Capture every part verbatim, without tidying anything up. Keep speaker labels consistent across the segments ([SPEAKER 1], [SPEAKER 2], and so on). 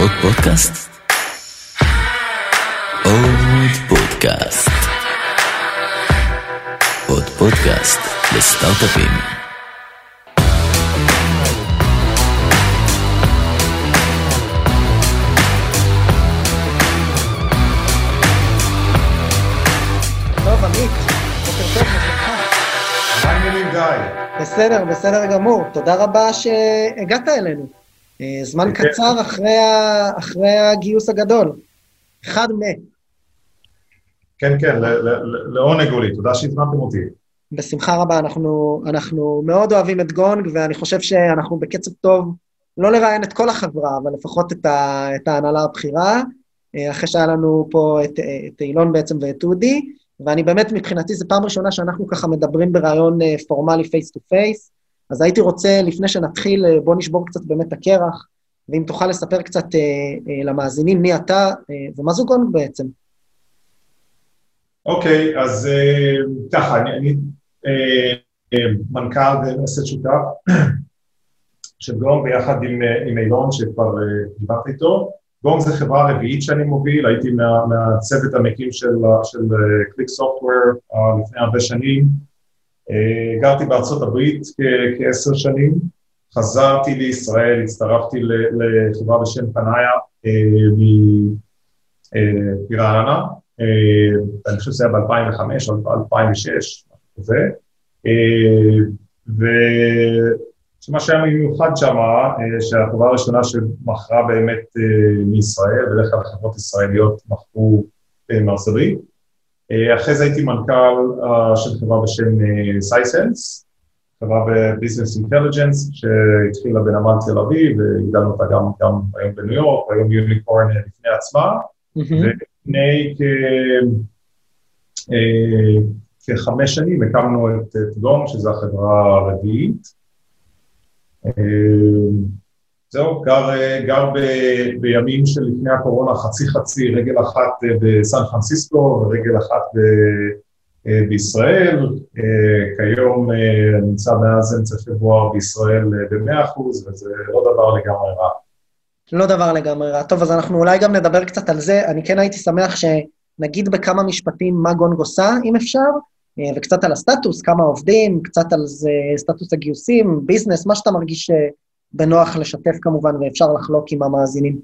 [SPEAKER 1] עוד פודקאסט? עוד פודקאסט. עוד פודקאסט לסטארט-אפים.
[SPEAKER 2] טוב, עמית, בוקר טוב, בוקר.
[SPEAKER 3] מה העניינים, גיא?
[SPEAKER 2] בסדר, בסדר גמור. תודה רבה שהגעת אלינו. זמן קצר אחרי, ה... אחרי הגיוס הגדול. אחד מה.
[SPEAKER 3] כן, כן, לעונג הוא לי. תודה שהזמנתם אותי.
[SPEAKER 2] בשמחה רבה, אנחנו, אנחנו מאוד אוהבים את גונג, ואני חושב שאנחנו בקצב טוב, לא לראיין את כל החברה, אבל לפחות את, ה... את ההנהלה הבחירה, אחרי שהיה לנו פה את, את אילון בעצם ואת אודי, ואני באמת מבחינתי, זו פעם ראשונה שאנחנו ככה מדברים ברעיון פורמלי פייס טו פייס, אז הייתי רוצה, לפני שנתחיל, בוא נשבור קצת באמת הקרח, ואם תוכל לספר קצת אה, אה, למאזינים מי אתה, אה, ומה זו גונג בעצם.
[SPEAKER 3] אוקיי, אז אה, ככה, אני, אני אה, אה, מנכ"ל ומייסד שותף של גונג, ביחד עם, עם אילון, שכבר אה, דיברתי איתו. גונג זה חברה רביעית שאני מוביל, הייתי מה, מהצוות המקים של, של קליק סופטוור uh, לפני הרבה שנים, uh, גרתי בארצות הברית כ- כעשר שנים, חזרתי לישראל, הצטרפתי לחברה בשם פנאיה uh, מרעננה, uh, אני חושב שזה היה ב-אלפיים וחמש או אלפיים ושש, כזה, uh, ו... שמה שהיה מיוחד שם, שהחברה הראשונה שמכרה באמת מישראל, בדרך כלל חברות ישראליות מכרו מארצות הברית. אחרי זה הייתי מנכ"ל של חברה בשם סייסנס, חברה בביזנס אינטליג'נס, שהתחילה בנמל תל אביב, והגדלנו אותה גם, גם היום בניו יורק, היום יוניקורן לפני עצמה, ולפני כ... כחמש שנים הקמנו את גונג, שזו החברה הרביעית. זהו, גר, גר ב, בימים של לפני הקורונה חצי חצי, רגל אחת בסן פרנסיסקו ורגל אחת ב, בישראל. כיום נמצא מאז אמצע פברואר בישראל ב-מאה אחוז, וזה לא דבר לגמרי רע.
[SPEAKER 2] לא דבר לגמרי רע. טוב, אז אנחנו אולי גם נדבר קצת על זה. אני כן הייתי שמח שנגיד בכמה משפטים מה גונג עושה, אם אפשר, וקצת על הסטטוס, כמה עובדים, קצת על זה, סטטוס הגיוסים, ביזנס, מה שאתה מרגיש בנוח לשתף כמובן, ואפשר לחלוק עם המאזינים.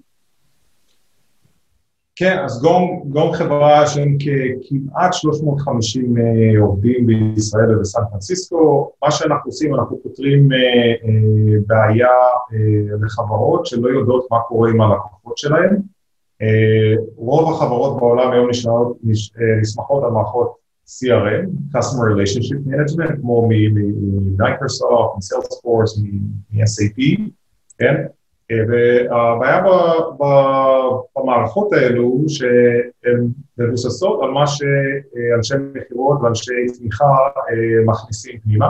[SPEAKER 3] כן, אז גונג, גונג חברה שהם כמעט שלוש מאות וחמישים עובדים בישראל ובסן פרנסיסקו. מה שאנחנו עושים, אנחנו פותרים בעיה לחברות שלא יודעות מה קורה עם הלקוחות שלהם. רוב החברות בעולם היום נסמכות על מערכות סי אר אם, Customer Relationship Management, כמו ממייקרוסופט, מסיילספורס, מ-אס איי פי, כן? והבעיה במערכות האלו, שהן מבוססות על מה שאנשי מחירות ואנשי תמיכה מכניסים פנימה.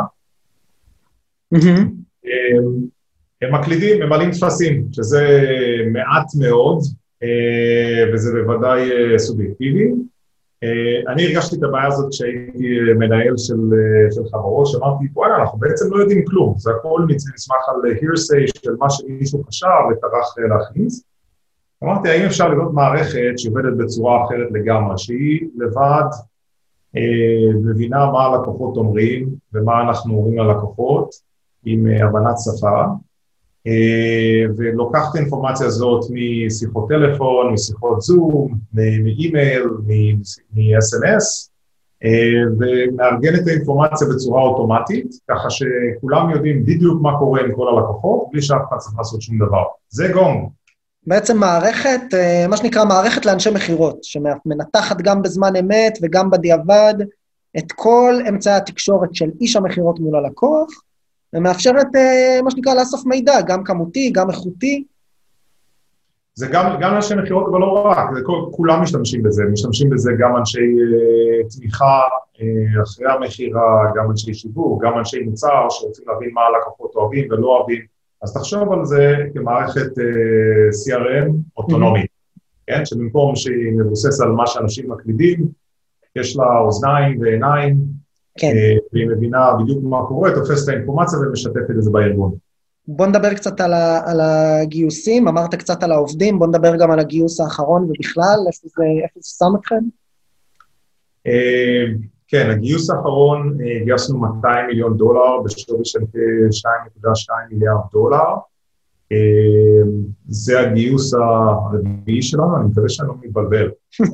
[SPEAKER 3] הם מקלידים, ממלאים תפסים, שזה מעט מאוד, וזה בוודאי סובייקטיבי. אני הרגשתי את הבעיה הזאת כשהייתי מנהל של, של חברות, שאמרתי, וואלה, אנחנו בעצם לא יודעים כלום, זה הכל נסמך על hearsay של מה שמישהו חשב וטרח להכניס. אמרתי, האם אפשר לבנות מערכת שעובדת בצורה אחרת לגמרי, שהיא לבד אה, מבינה מה הלקוחות אומרים, ומה אנחנו אומרים ללקוחות, עם הבנת שפה, ולוקחת האינפורמציה הזאת משיחות טלפון, משיחות זום, מאימייל, מ-אס אם אס, ומארגן את האינפורמציה בצורה אוטומטית, ככה שכולם יודעים בדיוק מה קורה עם כל הלקוחות, בלי שאף אחד צריך לעשות שום דבר. זה גונג.
[SPEAKER 2] בעצם מערכת, מה שנקרא מערכת לאנשי מחירות, שמנתחת גם בזמן אמת וגם בדיעבד, את כל אמצעי התקשורת של איש המחירות מול הלקוח, ומאפשרת, מה שנקרא, לאסוף מידע, גם כמותי, גם איכותי.
[SPEAKER 3] זה גם, גם אנשי מחירות, אבל לא רק, כל, כולם משתמשים בזה, משתמשים בזה גם אנשי uh, תמיכה uh, אחרי המחירה, גם אנשי שיווק, גם אנשי מוצר, שרוצים להבין מה הלקוחות אוהבים ולא אוהבים, אז תחשוב על זה כמערכת uh, סי אר אם אוטונומית, mm-hmm. כן? שבמקום שהיא מבוסס על מה שאנשים מקלידים, יש לה אוזניים ועיניים,
[SPEAKER 2] כן.
[SPEAKER 3] והיא מבינה בדיוק מה קורה, תופסת את האינפורמציה ומשתפת את זה בארגון.
[SPEAKER 2] בוא נדבר קצת על, ה, על הגיוסים, אמרת קצת על העובדים, בוא נדבר גם על הגיוס האחרון ובכלל, איפה זה, איפה זה שם אתכם?
[SPEAKER 3] כן, הגיוס האחרון, גייסנו מאתיים מיליון דולר, בשווי של שתיים נקודה שתיים מיליארד דולר. זה הגיוס הרביעי שלנו, אני מקווה שאני לא מתבלבל.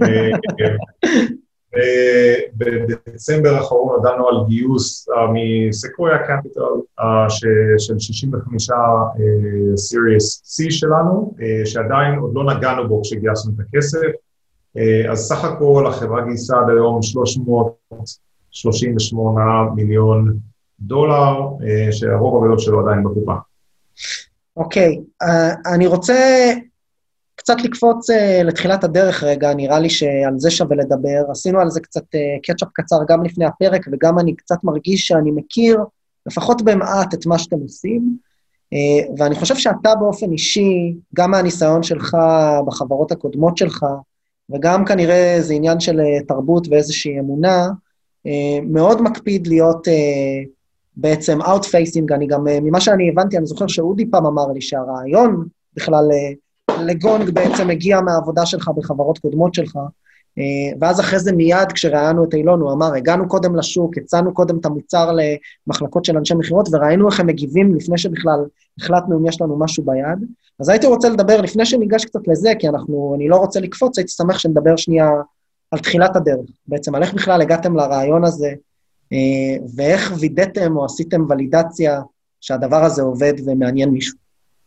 [SPEAKER 3] בדצמבר האחרון הודענו על גיוס מסקויה קפיטל של שישים וחמישה סיריוס C שלנו, שעדיין עוד לא נגענו בו כשגייסנו את הכסף. אז סך הכל החברה גייסה עד היום שלוש מאות שלושים ושמונה מיליון דולר, שהרוב הגדול שלו עדיין בקופה.
[SPEAKER 2] אוקיי, אני רוצה קצת לקפוץ לתחילת הדרך רגע, נראה לי שעל זה שווה לדבר, עשינו על זה קצת קאצ'אפ קצר גם לפני הפרק, וגם אני קצת מרגיש שאני מכיר, לפחות במעט את מה שאתם עושים, ואני חושב שאתה באופן אישי, גם מהניסיון שלך בחברות הקודמות שלך, וגם כנראה זה עניין של תרבות ואיזושהי אמונה, מאוד מקפיד להיות בעצם out-facing, אני גם, ממה שאני הבנתי, אני זוכר שאודי פעם אמר לי שהרעיון בכלל לגונג בעצם הגיע מהעבודה שלך בחברות קודמות שלך, ואז אחרי זה מיד כשראינו את אילון, הוא אמר, הגענו קודם לשוק, הצענו קודם את המוצר למחלקות של אנשי מחירות, וראינו איך הם מגיבים לפני שבכלל החלטנו אם יש לנו משהו ביד. אז הייתי רוצה לדבר, לפני שניגש קצת לזה, כי אנחנו, אני לא רוצה לקפוץ, הייתי שמח שנדבר שנייה על תחילת הדרך, בעצם על איך בכלל הגעתם לרעיון הזה, ואיך וידאתם או עשיתם ולידציה שהדבר הזה עובד ומעניין מישהו.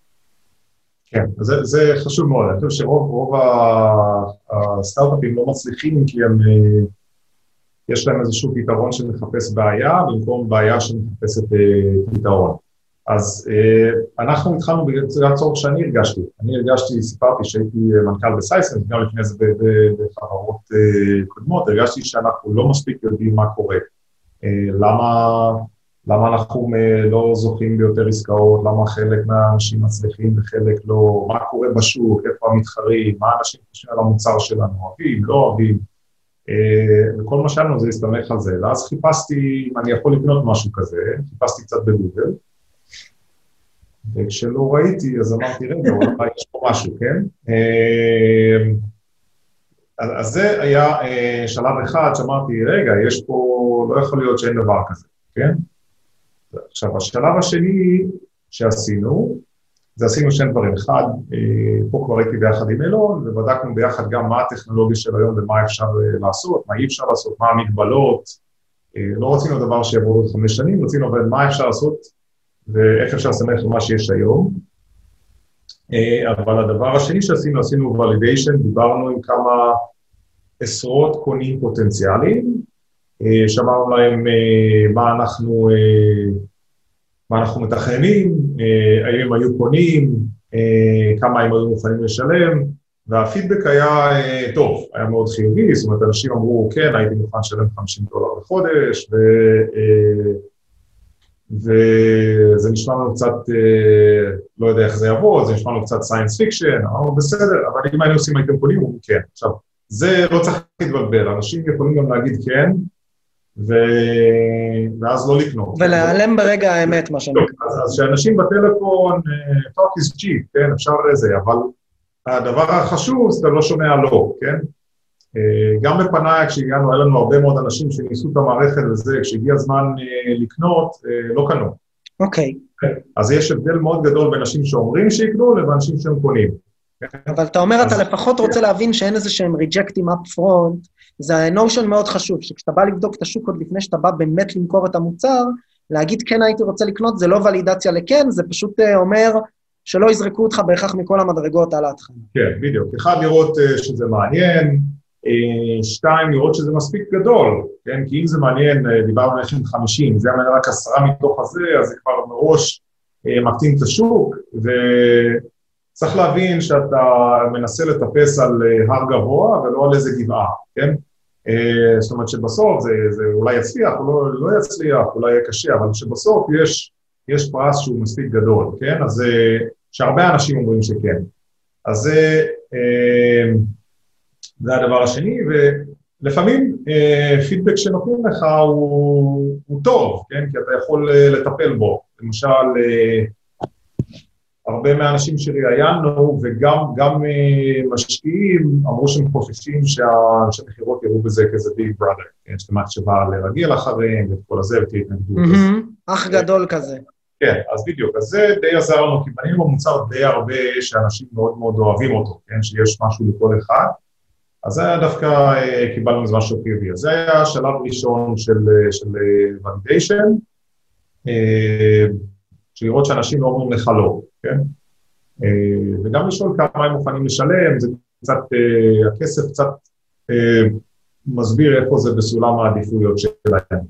[SPEAKER 3] כן, זה, זה חשוב מאוד. אני חושב שרוב רוב הסטארט-אפים לא מצליחים, כי הם, יש להם איזשהו פתרון שמחפש בעיה, במקום בעיה שמחפשת פתרון. אז אנחנו התחלנו בגלל צורך שאני הרגשתי. אני הרגשתי, סיפרתי שהייתי מנכ"ל בסייסנס, גם לפני זה בחברות קודמות, הרגשתי שאנחנו לא מספיק יודעים מה קורה. למה... למה אנחנו לא זוכים ביותר עסקאות, למה חלק מהאנשים מצליחים וחלק לא, מה קורה בשוק, איפה המתחרים, מה אנשים חושבים על המוצר שלנו, אוהבים, לא אוהבים, וכל מה שלנו זה להסתמך על זה. ואז חיפשתי אם אני יכול לקנות משהו כזה, חיפשתי קצת בגוגל, וכשלא ראיתי, אז אמרתי, רגע, אולי יש פה משהו, כן? אז זה היה שלב אחד שאמרתי, רגע, יש פה, לא יכול להיות שאין דבר כזה, כן? עכשיו, השלב השני שעשינו, זה עשינו שני דברים. אחד, פה כבר הייתי ביחד עם אילון, ובדקנו ביחד גם מה הטכנולוגיה של היום ומה אפשר לעשות, מה אי אפשר לעשות, מה המגבלות. לא רצינו דבר שיעבור עוד חמש שנים, רצינו אבל מה אפשר לעשות, ואיך אפשר לסמך למה שיש היום. אבל הדבר השני שעשינו, עשינו validation, דיברנו עם כמה עשרות קונים פוטנציאליים, שמענו להם מה אנחנו, מה אנחנו מתכננים, האם הם היו קונים, כמה הם היו מוכנים לשלם, והפידבק היה טוב, היה מאוד חיובי, זאת אומרת, אנשים אמרו, כן, הייתי מוכן לשלם חמישים דולר בחודש, ו... וזה נשמע לנו קצת, לא יודע איך זה יבוא, זה נשמע לנו קצת סיינס פיקשן, אמרנו, בסדר, אבל אם היינו עושים הייתם קונים, הוא כן. עכשיו, זה לא צריך להתבלבל, אנשים יכולים גם להגיד כן, ו... ואז לא לקנות.
[SPEAKER 2] ולהיעלם ברגע האמת, מה שאני...
[SPEAKER 3] אז, אז שאנשים בטלפון, talk is cheap, כן, אפשר לזה, אבל הדבר החשוב, זה לא שומע לא, כן? גם בפניי, כשהגענו, היה לנו הרבה מאוד אנשים שניסו את המערכת וזה, כשהגיע הזמן לקנות, לא קנו.
[SPEAKER 2] אוקיי.
[SPEAKER 3] אז יש הבדל מאוד גדול בין אנשים שאומרים שיקנו, לבין אנשים שהם קונים.
[SPEAKER 2] אבל אתה אומר, אתה לפחות רוצה להבין שאין איזה שהם ריג'קטים up front, זה נושן מאוד חשוב, שכשאתה בא לבדוק את השוק עוד לפני שאתה בא באמת למכור את המוצר, להגיד כן הייתי רוצה לקנות, זה לא ולידציה לכן, זה פשוט אומר שלא יזרקו אותך בהכרח מכל המדרגות על ההתחלה. כן,
[SPEAKER 3] בדיוק. אחד, לראות שזה מעניין, שתיים, לראות שזה מספיק גדול, כן? כי אם זה מעניין, דיברנו על חמישים, זה היה רק עשרה מתוך הזה, אז זה כבר מראש מקטין את השוק, וצריך להבין שאתה מנסה לטפס על הר גבוה, ולא על איזה גבעה, כן? זאת אומרת שבסוף זה, זה אולי יצליח, או לא, לא יצליח, אולי יהיה קשה, אבל שבסוף יש, יש פרס שהוא מספיק גדול, כן? אז שהרבה אנשים אומרים שכן. אז זה, זה הדבר השני, ולפעמים פידבק שנותנים לך הוא, הוא טוב, כן? כי אתה יכול לטפל בו. למשל, הרבה מהאנשים שראיינו, וגם גם משקיעים, אמרו שהם חוששים שהאנשי מכירות יראו בזה כזה ביג בראדר, יש למה שבא לרגיל אחריהם, ואת כל הזה, ותתנגדו.
[SPEAKER 2] אח גדול כזה.
[SPEAKER 3] כן, אז בדיוק, אז זה די עזר לנו, כי בנינו במוצר די הרבה שאנשים מאוד מאוד אוהבים אותו, כן, שיש משהו לכל אחד, אז זה היה דווקא, קיבלנו איזה משהו חיובי. אז זה היה השלב ראשון של, של validation, שלראות שאנשים לא אומרים לך לא, כן? וגם לשאול כמה הם מוכנים לשלם, זה קצת, הכסף קצת מסביר איפה זה בסולם העדיפויות שלהם.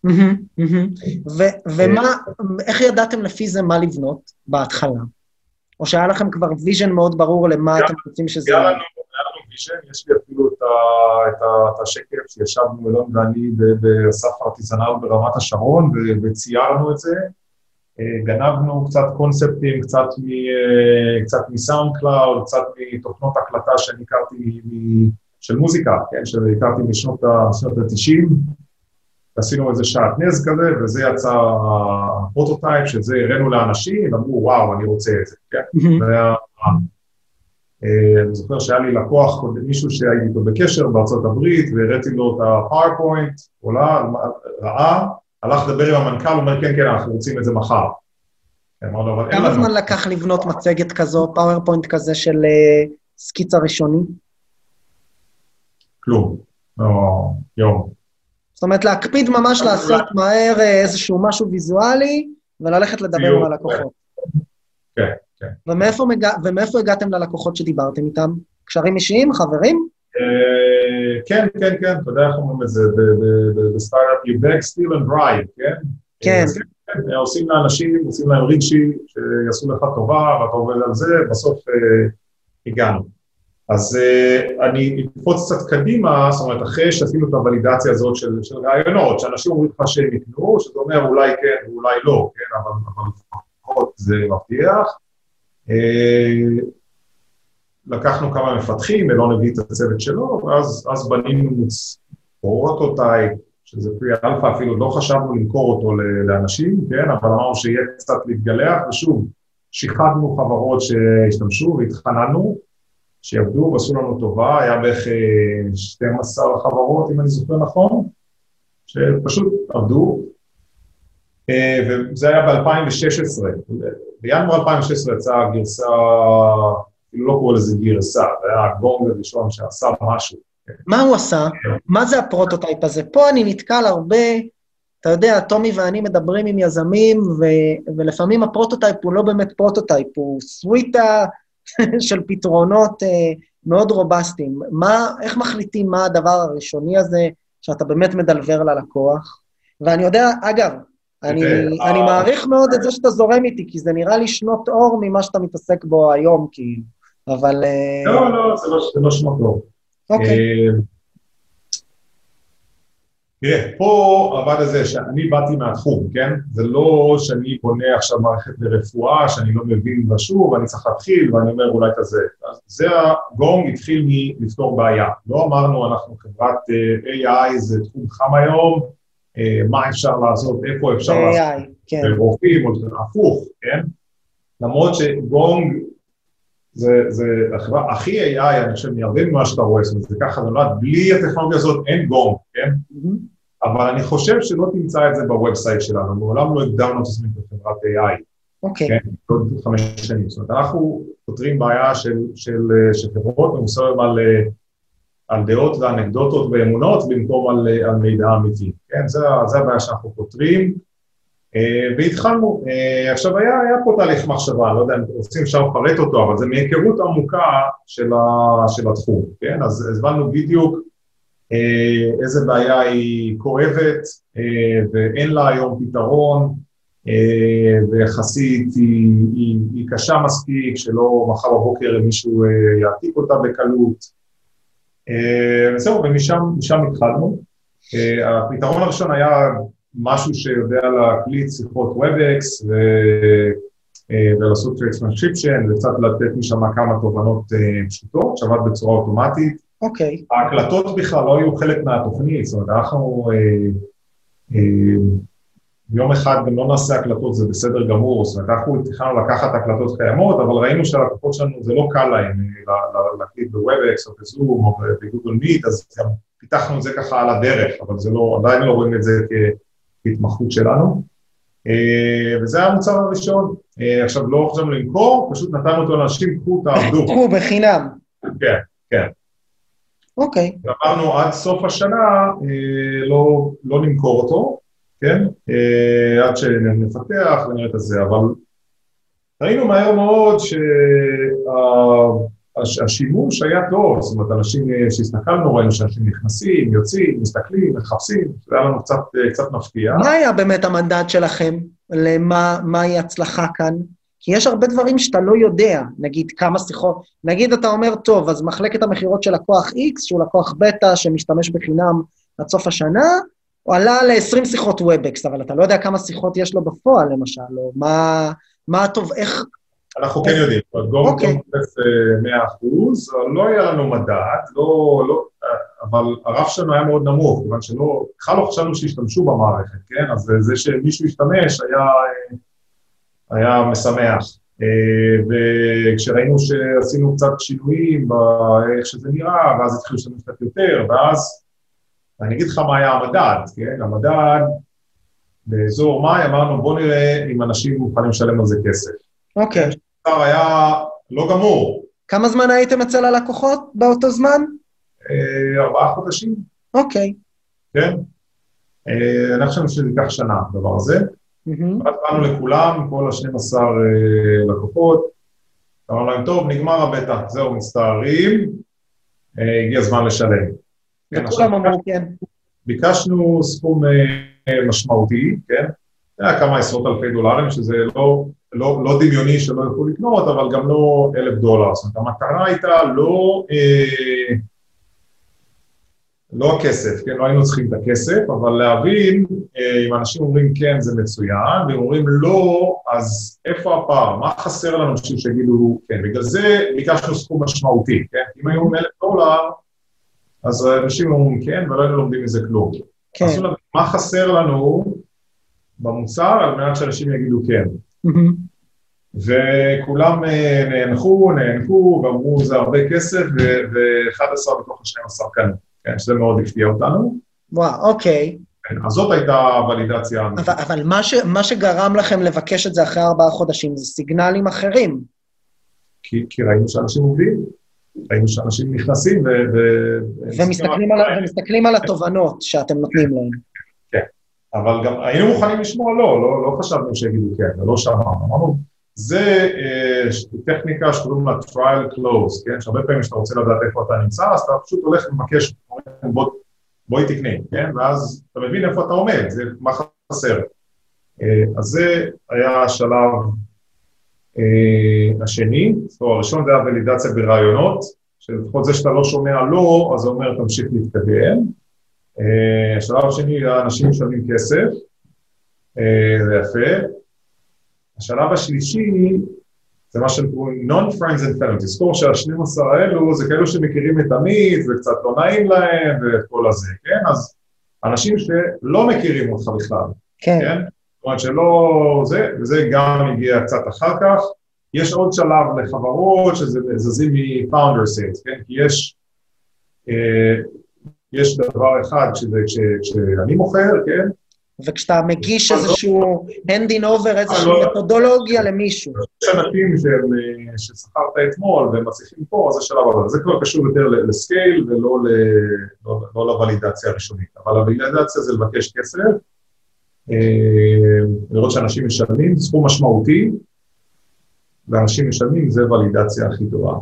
[SPEAKER 2] ומה, איך ידעתם לפי זה מה לבנות בהתחלה? או שהיה לכם כבר ויז'ן מאוד ברור למה אתם רוצים שזה...
[SPEAKER 3] היה לנו ויז'ן, יש לי אפילו את השקף שישבנו אלון ואני באסף ארטיזנל ברמת השרון, וציירנו את זה, גנבנו קצת קונספטים, קצת מסאונד קלאוד, קצת מתוכנות הקלטה שאני הכרתי של מוזיקה, שהכרתי משנות ה-תשעים, עשינו איזה שעטנז כזה, וזה יצא הפרוטוטייפ, שזה הראינו לאנשים, אמרו, וואו, אני רוצה את זה, כן? אני זוכר שהיה לי לקוח, מישהו שהייתי איתו בקשר בארצות הברית, והראיתי לו את הפאורפוינט, עולה, ראה, הלך לדבר עם המנכ"ל, הוא אומר, כן, כן, אנחנו רוצים את זה מחר.
[SPEAKER 2] כמה זמן לקח לבנות מצגת כזו, פאורפוינט כזה של סקיצה ראשוני?
[SPEAKER 3] כלום, יום.
[SPEAKER 2] זאת אומרת, להקפיד ממש לעשות מהר איזשהו משהו ויזואלי, וללכת לדבר עם הלקוחות.
[SPEAKER 3] כן, כן.
[SPEAKER 2] ומאיפה הגעתם ללקוחות שדיברתם איתם? קשרים אישיים, חברים?
[SPEAKER 3] כן, כן, כן, אתה יודע איך אומרים את זה, בסטארט-אפ, you beg, steal and bribe, כן?
[SPEAKER 2] כן.
[SPEAKER 3] עושים לאנשים, עושים להם רגשי, שיעשו לך טובה, ואתה עובד על זה, בסוף הגענו. אז אני אקפוץ קצת קדימה, זאת אומרת, אחרי שעשינו את הוולידציה הזאת של רעיונות, שאנשים אומרים לך שהם יקנו, שזה אומר אולי כן ואולי לא, כן, אבל לפחות זה מבטיח. לקחנו כמה מפתחים, ולא נביא את הצוות שלו, ואז בנינו פרוטוטייפ, שזה פרי אלפא, אפילו לא חשבנו למכור אותו לאנשים, כן, אבל אמרנו שיהיה קצת להתגלח, ושוב, שיחדנו חברות שהשתמשו והתחננו, שיעבדו ועשו לנו טובה, היה בערך שתים עשרה חברות, אם אני זוכר נכון, שפשוט עבדו, וזה היה ב-אלפיים ושש עשרה, בינואר אלפיים ושש עשרה יצאה גרסה, אפילו לא קורא לזה גרסה, זה היה גונג הראשון שעשה משהו.
[SPEAKER 2] מה הוא עשה? מה זה הפרוטוטייפ הזה? פה אני נתקל הרבה, אתה יודע, תומי ואני מדברים עם יזמים, ולפעמים הפרוטוטייפ הוא לא באמת פרוטוטייפ, הוא סוויטה, של פתרונות מאוד רובסטיים. מה, איך מחליטים מה הדבר הראשוני הזה, שאתה באמת מדלבר ללקוח? ואני יודע, אגב, אני, אני מעריך מאוד את זה שאתה זורם איתי, כי זה נראה לי שנות אור ממה שאתה מתעסק בו היום, כאילו. אבל...
[SPEAKER 3] לא, לא, זה לא, זה לא שנות אור.
[SPEAKER 2] אוקיי.
[SPEAKER 3] תראה, פה עבד הזה שאני באתי מהתחום, כן? זה לא שאני בונה עכשיו מערכת לרפואה, שאני לא מבין בשוב, ואני צריך להתחיל, ואני אומר אולי כזה. אז זה הגונג התחיל מלפתור בעיה. לא אמרנו, אנחנו חברת איי איי, זה תחום חם היום, מה אפשר לעשות, איפה אפשר לעשות, ברופאים, או הפוך, כן? למרות שגונג, זה החברה הכי איי איי, אני חושב, מהרבה ממה שאתה רואה, זאת אומרת, זה ככה נולד, בלי הטכנולוגיה הזאת אין גונג, כן? אבל אני חושב שלא תמצא את זה בוובסייט שלנו, מעולם לא הגדרנו את עצמנו בחברת איי איי.
[SPEAKER 2] אוקיי.
[SPEAKER 3] כן, עוד חמש שנים. זאת אומרת, אנחנו פותרים בעיה של חברות, מבוססות על דעות ואנקדוטות ואמונות, במקום על מידע אמיתי. כן, זה הבעיה שאנחנו פותרים. והתחלנו, עכשיו היה פה תהליך מחשבה, לא יודע אם רוצים אפשר לפרט אותו, אבל זה מהיכרות עמוקה של התחום, כן? אז הזמנו בדיוק איזה בעיה היא כואבת, ואין לה היום פתרון, ויחסית היא קשה מספיק, שלא מחר בבוקר מישהו יעתיק אותה בקלות. וזהו, ומשם התחלנו. הפתרון הראשון היה משהו שיודע להקליט שיחות וובקס, ולעשות טרנסקריפשן, וקצת לתת משם כמה תובנות פשוטות, שעבד בצורה אוטומטית.
[SPEAKER 2] אוקיי.
[SPEAKER 3] ההקלטות בכלל לא היו חלק מהתוכנית, זאת אומרת, אנחנו יום אחד גם לא נעשה הקלטות, זה בסדר גמור, זאת אומרת, אנחנו תכננו לקחת הקלטות קיימות, אבל ראינו שהלקוחות שלנו, זה לא קל להם להקליט בוובקס או בזום או בגוגל מיט, אז גם פיתחנו את זה ככה על הדרך, אבל זה לא, עדיין לא רואים את זה כהתמחות שלנו. וזה היה המוצר הראשון. עכשיו, לא חשבנו למכור, פשוט נתנו אותו לאנשים, קחו, תעבדו.
[SPEAKER 2] קחו בחינם.
[SPEAKER 3] כן, כן.
[SPEAKER 2] אוקיי.
[SPEAKER 3] ואמרנו, עד סוף השנה לא, לא נמכור אותו, כן? עד שנפתח ונראה את זה, אבל ראינו מהר מאוד שהשימוש היה טוב, זאת אומרת, אנשים שהסתכלנו, ראינו שאנשים נכנסים, יוצאים, מסתכלים, מחפשים, זה היה לנו קצת, קצת מפתיע.
[SPEAKER 2] מה היה באמת המנדט שלכם? למה, מהי הצלחה כאן? כי יש הרבה דברים שאתה לא יודע, נגיד כמה שיחות, נגיד אתה אומר, טוב, אז מחלקת המחירות של לקוח X, שהוא לקוח בטא שמשתמש בחינם עד סוף השנה, הוא עלה ל-עשרים שיחות וובקס, אבל אתה לא יודע כמה שיחות יש לו בפועל, למשל, או מה, מה טוב, איך...
[SPEAKER 3] אנחנו כן יודעים, גום תופס מאה אחוז, לא היה לנו מדד, לא, לא, אבל הרף שלנו היה מאוד נמוך, כיוון שלא, בכלל לא חשבנו שהשתמשו במערכת, כן? אז זה שמישהו השתמש היה, היה משמח. וכשראינו שעשינו קצת שינויים באיך שזה נראה, ואז התחילו לשתמש קצת יותר, ואז אני אגיד לך מה היה המדד, כן? המדד באזור מאי, אמרנו בוא נראה אם אנשים מוכנים לשלם על זה כסף.
[SPEAKER 2] אוקיי.
[SPEAKER 3] המספר היה לא גמור.
[SPEAKER 2] כמה זמן הייתם אצל הלקוחות באותו זמן?
[SPEAKER 3] ארבעה חודשים.
[SPEAKER 2] אוקיי.
[SPEAKER 3] כן? אני חושב שזה ייקח שנה, הדבר הזה. ואז באנו לכולם, כל ה-שנים עשר לקוחות, אמרנו להם, טוב, נגמר הבטא, זהו, מצטערים, הגיע הזמן לשלם.
[SPEAKER 2] וכולם אמרו כן.
[SPEAKER 3] ביקשנו סכום משמעותי, כן? זה היה כמה עשרות אלפי דולרים, שזה לא, לא, לא דמיוני שלא יכולו לקנות, אבל גם לא אלף דולר. זאת אומרת, המטרה הייתה לא, אה, לא הכסף, כן? לא היינו צריכים את הכסף, אבל להבין, אה, אם אנשים אומרים כן, זה מצוין, ואם אומרים לא, אז איפה הפער? מה חסר לנו שיגידו כן? בגלל זה ביקשנו סכום משמעותי, כן? אם היו אלף דולר, אז אנשים אומרים כן, ולא היינו לומדים מזה כלום. כן. אז מה חסר לנו במוצר, על מנת שאנשים יגידו כן. וכולם נהנחו, נהנחו, ואמרו, זה הרבה כסף, ו-אחד עשר בתוך ה-שנים עשר קנו. כן, שזה מאוד הפתיע אותנו.
[SPEAKER 2] וואו, אוקיי.
[SPEAKER 3] אז זאת הייתה הוולידציה.
[SPEAKER 2] אבל, אבל מה, ש, מה שגרם לכם לבקש את זה אחרי ארבעה חודשים, זה סיגנלים אחרים.
[SPEAKER 3] כי, כי ראינו שאנשים עובדים, ראינו שאנשים נכנסים, ו... ו
[SPEAKER 2] ומסתכלים, על, ומסתכלים על התובנות שאתם נותנים להם.
[SPEAKER 3] כן, אבל גם היינו מוכנים לשמוע לא, לא, לא חשבנו שיגידו כן, לא שמענו, אמרנו, זה אה, טכניקה שקוראים לה trial close, כן, שהרבה פעמים שאתה רוצה לדעת איפה אתה נמצא, אז אתה פשוט הולך ומבקש, בוא, בואי תקני, כן, ואז אתה מבין איפה אתה עומד, זה מה חסר. אה, אז זה היה השלב אה, השני, זאת אומרת, הראשון זה היה ולידציה ברעיונות, שלפחות זה שאתה לא שומע לא, אז זה אומר תמשיך להתקדם. אה, השלב השני, האנשים משלמים כסף, אה, זה יפה. השלב השלישי, זה מה שקוראים non-friends and family, תזכור שהשנים עשר האלו, זה כאלו שמכירים את עמית, וקצת לא נעים להם, ואת כל הזה, כן? אז אנשים שלא מכירים אותך בכלל,
[SPEAKER 2] כן?
[SPEAKER 3] כן? זאת אומרת שלא זה, וזה גם הגיע קצת אחר כך. יש עוד שלב לחברות, שזה זזים מ-founder sales, כן? כי יש, אה, יש דבר אחד, שזה כשאני מוכר, כן?
[SPEAKER 2] וכשאתה מגיש איזשהו hand in over, איזושהי מתודולוגיה למישהו.
[SPEAKER 3] יש אנשים ששכרת אתמול והם מצליחים פה, אז זה שלב הבא. זה כבר קשור יותר לסקייל ולא לוולידציה הראשונית. אבל הוולידציה זה לבקש כסף, לראות שאנשים משלמים, סכום משמעותי, ואנשים משלמים, זה וולידציה הכי טובה.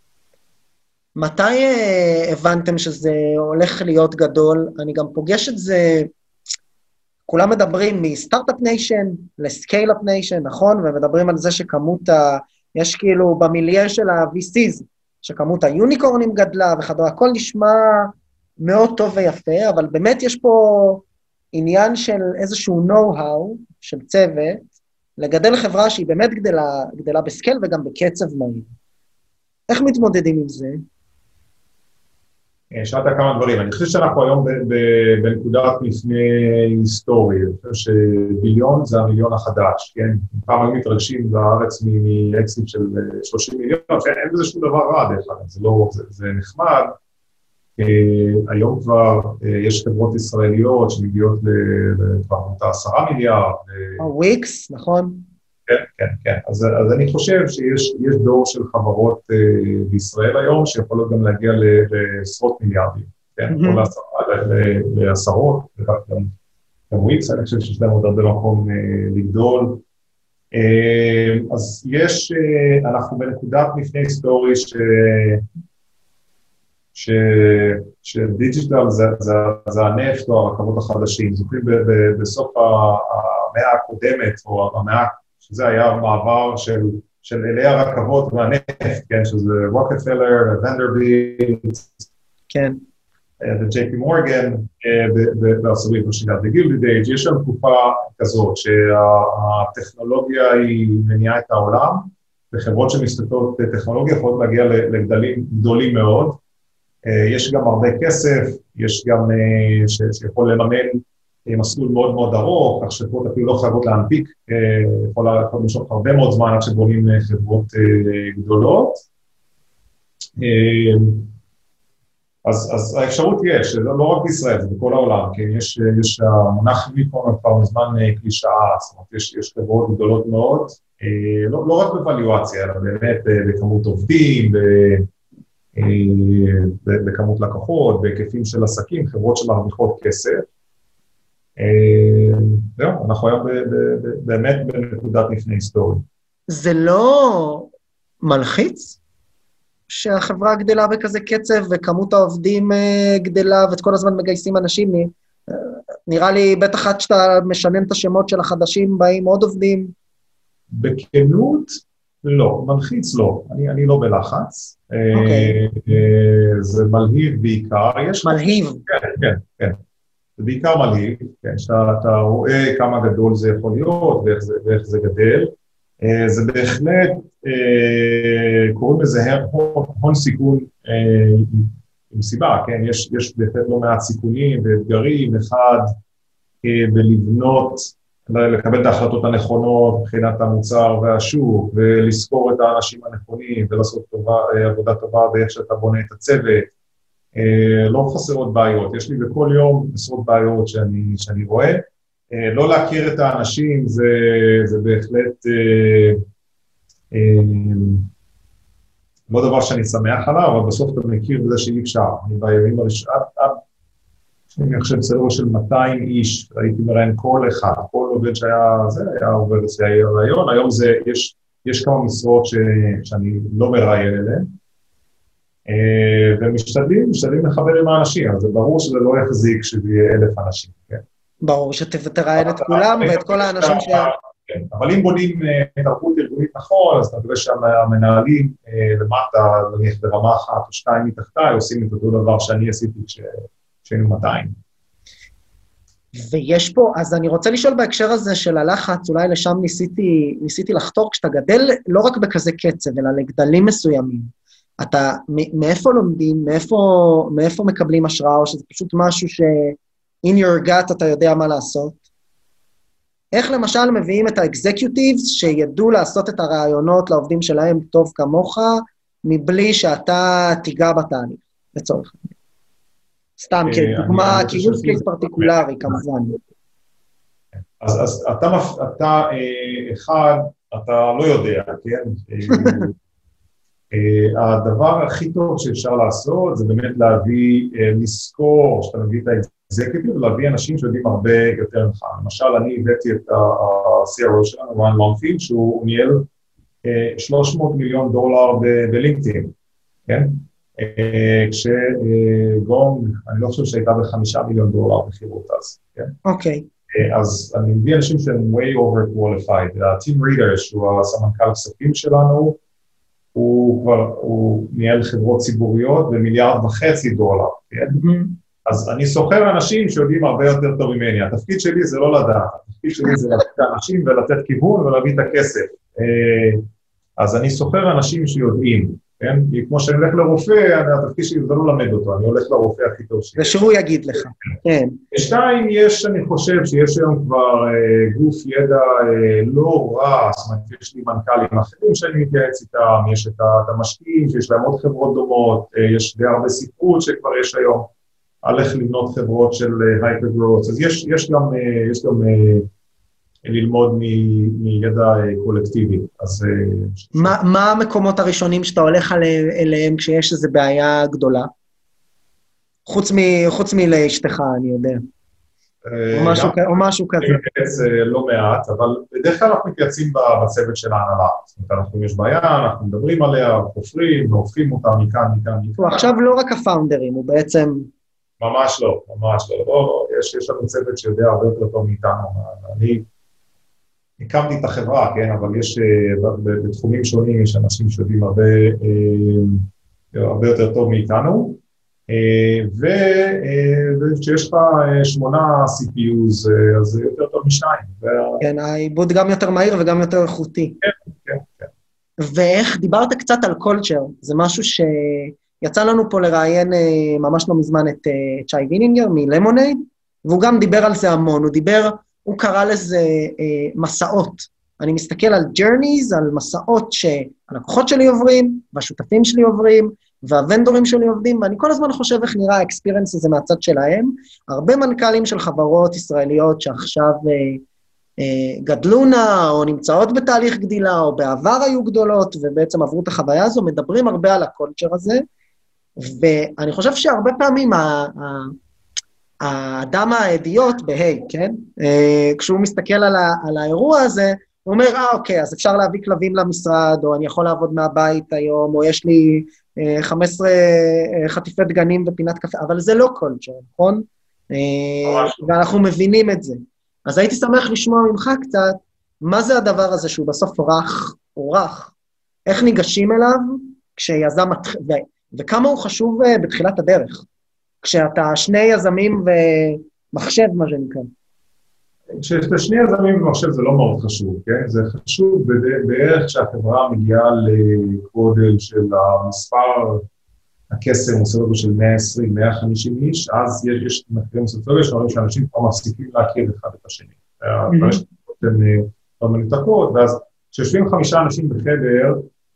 [SPEAKER 2] מתי הבנתם שזה הולך להיות גדול? אני גם פוגש את זה... כולם מדברים מסטארט-אפ ניישן לסקייל-אפ ניישן, נכון? ומדברים על זה שכמות ה... יש כאילו במיליה של ה-וי סיז, שכמות היוניקורנים גדלה וכדומה, הכל נשמע מאוד טוב ויפה, אבל באמת יש פה עניין של איזשהו know-how של צוות, לגדל חברה שהיא באמת גדלה, גדלה בסקייל וגם בקצב מהיר. איך מתמודדים עם זה?
[SPEAKER 3] שאלת כמה דברים, אני חושב שאנחנו היום בנקודת מפנה היסטורי, אני חושב שביליון זה המיליון החדש, כן? פעם היו מתרגשים בארץ מאקסיט של שלושים מיליון, אין בזה שום דבר רע דרך כלל, זה לא, זה נחמד, היום כבר יש חברות ישראליות שמגיעות כבר עשרה מיליארד.
[SPEAKER 2] וויקס, נכון?
[SPEAKER 3] כן, כן, כן. אז, אז אני חושב שיש יש דור של חברות uh, בישראל היום, שיכולות גם להגיע לעשרות מיליארדים, כן? Mm-hmm. כל לעשרה, לעשרות, וכך גם, גם וויקס, אני חושב שיש להם עוד הרבה מקום uh, לגדול. Uh, אז יש, uh, אנחנו בנקודת מפנה היסטורי, ש... ש... שדיג'יטל זה, זה, זה הנפט או הרכבות החדשים. זוכרים ב, ב, בסוף המאה הקודמת, או המאה שזה היה מעבר של, של אלי הרכבות והנפט, כן, שזה רוקפלר, ונדרבילט,
[SPEAKER 2] כן.
[SPEAKER 3] וג'יי פי מורגן, בעשורים השנייה, בגילדד אייג', יש שם תקופה כזאת, שהטכנולוגיה היא מניעה את העולם, וחברות שמסתכלות טכנולוגיה יכולות להגיע לגדלים גדולים מאוד, יש גם הרבה כסף, יש גם שיכול לממן מסלול מאוד מאוד ארוך, כך שחברות אפילו לא חייבות להנפיק, יכולה למשוך הרבה מאוד זמן עד שבונים חברות גדולות. אז, אז האפשרות יש, לא, לא רק בישראל, זה בכל העולם, כי יש, יש המונח יוניקורן כבר מזמן קלישאה, זאת אומרת, יש, יש חברות גדולות מאוד, לא, לא רק בוואליואציה, אלא באמת בכמות עובדים, בכמות לקוחות, בהיקפים של עסקים, חברות שמרוויחות כסף. זהו, אנחנו היום באמת בנקודת מפנה היסטורי.
[SPEAKER 2] זה לא מלחיץ שהחברה גדלה בכזה קצב וכמות העובדים גדלה ואת כל הזמן מגייסים אנשים? נראה לי בטח עד שאתה משנן את השמות של החדשים באים עוד עובדים.
[SPEAKER 3] בכנות לא, מלחיץ לא, אני, אני לא בלחץ.
[SPEAKER 2] Okay.
[SPEAKER 3] זה מלהיב בעיקר.
[SPEAKER 2] מלהיב?
[SPEAKER 3] כן, כן, כן. זה בעיקר מלהיב, כן, שאתה רואה כמה גדול זה יכול להיות ואיך זה, ואיך זה גדל. זה בהחלט, קוראים לזה הון, הון סיכון עם סיבה, כן? יש, יש בהחלט לא מעט סיכונים ואתגרים, אחד בלבנות, לקבל את ההחלטות הנכונות מבחינת המוצר והשוק, ולזכור את האנשים הנכונים, ולעשות טובה, עבודה טובה באיך שאתה בונה את הצוות. לא חסרות בעיות, יש לי בכל יום עשרות בעיות שאני, שאני רואה. לא להכיר את האנשים זה, זה בהחלט לא דבר שאני שמח עליו, אבל בסוף אתה מכיר בזה שאי אפשר. אני בימים הראשונים, אני חושב סדר של מאתיים איש, הייתי מראיין כל אחד, כל עובד שהיה, זה היה עובר אצלי הרעיון, היום זה, יש, יש כמה משרות ש, שאני לא מראיין אליהן, ומשתדלים, משתדלים לחבר עם האנשים, אז זה ברור שזה לא יחזיק שזה יהיה אלף אנשים, כן? ברור
[SPEAKER 2] שתראיין את כולם ואת כל האנשים ש...
[SPEAKER 3] כן, אבל אם בונים תרבות ארגונית נכון, אז אתה חושב שהמנהלים למטה, נניח ברמה אחת או שתיים מתחתיי, עושים את אותו דבר שאני עשיתי כשהיינו מאתיים.
[SPEAKER 2] ויש פה, אז אני רוצה לשאול בהקשר הזה של הלחץ, אולי לשם ניסיתי, ניסיתי לחתור, כשאתה גדל לא רק בכזה קצב, אלא לגדלים מסוימים. אתה, מאיפה לומדים, מאיפה, מאיפה מקבלים השראה, או שזה פשוט משהו ש... in your gut אתה יודע מה לעשות? איך למשל מביאים את האקזקיוטיבס שידעו לעשות את הרעיונות לעובדים שלהם טוב כמוך, מבלי שאתה תיגע בתהליך, לצורך. סתם, כדוגמה, כיוז קייס פרטיקולרי, כמובן.
[SPEAKER 3] אז, אז אתה, אתה, אחד, אתה לא יודע, כן? הדבר הכי טוב שאפשר לעשות, זה באמת להביא, לזכור, שאתה מביא את האקזקיוטיב, ולהביא אנשים שיודעים הרבה יותר ממך. למשל, אני הבאתי את ה-סי אר או שלנו, ריין לונגפילד, שהוא ניהל שלוש מאות מיליון דולר בלינקדאין, כן? כשגונג, אני לא חושב שהייתה בחמישה מיליון דולר בחירות אז, כן?
[SPEAKER 2] אוקיי.
[SPEAKER 3] אז אני מביא אנשים שהם way over qualified. הטים רידר, שהוא הסמנכ"ל כספים שלנו, הוא כבר, הוא ניהל חברות ציבוריות במיליארד וחצי דולר, כן? אז אני סוחר אנשים שיודעים הרבה יותר טוב ממני. התפקיד שלי זה לא לדעת, התפקיד שלי זה לתת אנשים ולתת כיוון ולהביא את הכסף. אז אני סוחר אנשים שיודעים. כן? כי כמו שאני הולך לרופא, התפקיד שלי זה לא למד אותו, אני הולך לרופא הכי טוב שלי.
[SPEAKER 2] ושהוא יגיד לך, כן.
[SPEAKER 3] שתיים, יש, אני חושב שיש היום כבר אה, גוף ידע אה, לא רע, זאת אומרת, יש לי מנכ"לים אחרים שאני מתייעץ איתם, יש את המשקיעים, שיש להם עוד חברות דומות, אה, יש די הרבה ספרות שכבר יש היום, על איך לבנות חברות של הייפר גרוס, אז יש, יש גם, אה, יש גם אה, ללמוד מ, מידע אה, קולקטיבי. אז, אה,
[SPEAKER 2] מה, מה המקומות הראשונים שאתה הולך אליהם כשיש איזו בעיה גדולה? חוץ, מ, חוץ מלאשתך, אני יודע. או משהו, או משהו כזה.
[SPEAKER 3] אני מתייעץ לא מעט, אבל בדרך כלל אנחנו מתייעצים בצוות של ההנהלה. זאת אומרת, אנחנו יש בעיה, אנחנו מדברים עליה, חופרים, והופכים אותה מכאן, מכאן, מכאן.
[SPEAKER 2] הוא עכשיו לא רק הפאונדרים, הוא בעצם...
[SPEAKER 3] ממש לא, ממש לא. לא, יש, יש לנו צוות שיודע הרבה יותר טוב מאיתנו. אני הקמתי את החברה, כן, אבל יש, בתחומים שונים, יש אנשים שיודעים הרבה, הרבה יותר טוב מאיתנו. וכשיש לך שמונה סי פי יו's, אז זה יותר טוב משניים.
[SPEAKER 2] כן, העיבוד גם יותר מהיר וגם יותר איכותי.
[SPEAKER 3] כן, כן, כן.
[SPEAKER 2] ואיך דיברת קצת על קולצ'ר, זה משהו שיצא לנו פה לראיין ממש לא מזמן את צ'י וינינגר מלמונייד, והוא גם דיבר על זה המון, הוא דיבר, הוא קרא לזה מסעות. אני מסתכל על journeys, על מסעות שהלקוחות שלי עוברים, והשותפים שלי עוברים, והוונדורים שלי עובדים, ואני כל הזמן חושב איך נראה האקספירנס הזה מהצד שלהם. הרבה מנכ"לים של חברות ישראליות שעכשיו אה, אה, גדלונה, או נמצאות בתהליך גדילה, או בעבר היו גדולות, ובעצם עברו את החוויה הזו, מדברים הרבה על הקולצ'ר הזה, ואני חושב שהרבה פעמים ה- ה- האדם האדיוט בהי, כן? אה, כשהוא מסתכל על, ה- על האירוע הזה, הוא אומר, אה, אוקיי, אז אפשר להביא כלבים למשרד, או אני יכול לעבוד מהבית היום, או יש לי חמש עשרה חטיפי דגנים ופינת קפה, אבל זה לא קולצ'ר, נכון? ואנחנו מבינים את זה. אז הייתי שמח לשמוע ממך קצת, מה זה הדבר הזה שהוא בסוף רך, הוא רך, איך ניגשים אליו, כשיזם, וכמה הוא חשוב בתחילת הדרך, כשאתה שני יזמים ומחשב, מה שנקרא.
[SPEAKER 3] כשאתה שני יזמים ומחשב זה לא מאוד חשוב, כן? זה חשוב בערך שהחברה מגיעה לגודל של המספר, הקסם הוא סדר של מאה עשרים עד מאה וחמישים איש, אז יש מחקרים סוציולוגיים שאומרים שאנשים כבר מפסיקים להכיר אחד את השני. יש הן מנותקות, ואז כשיושבים חמישה אנשים בחדר,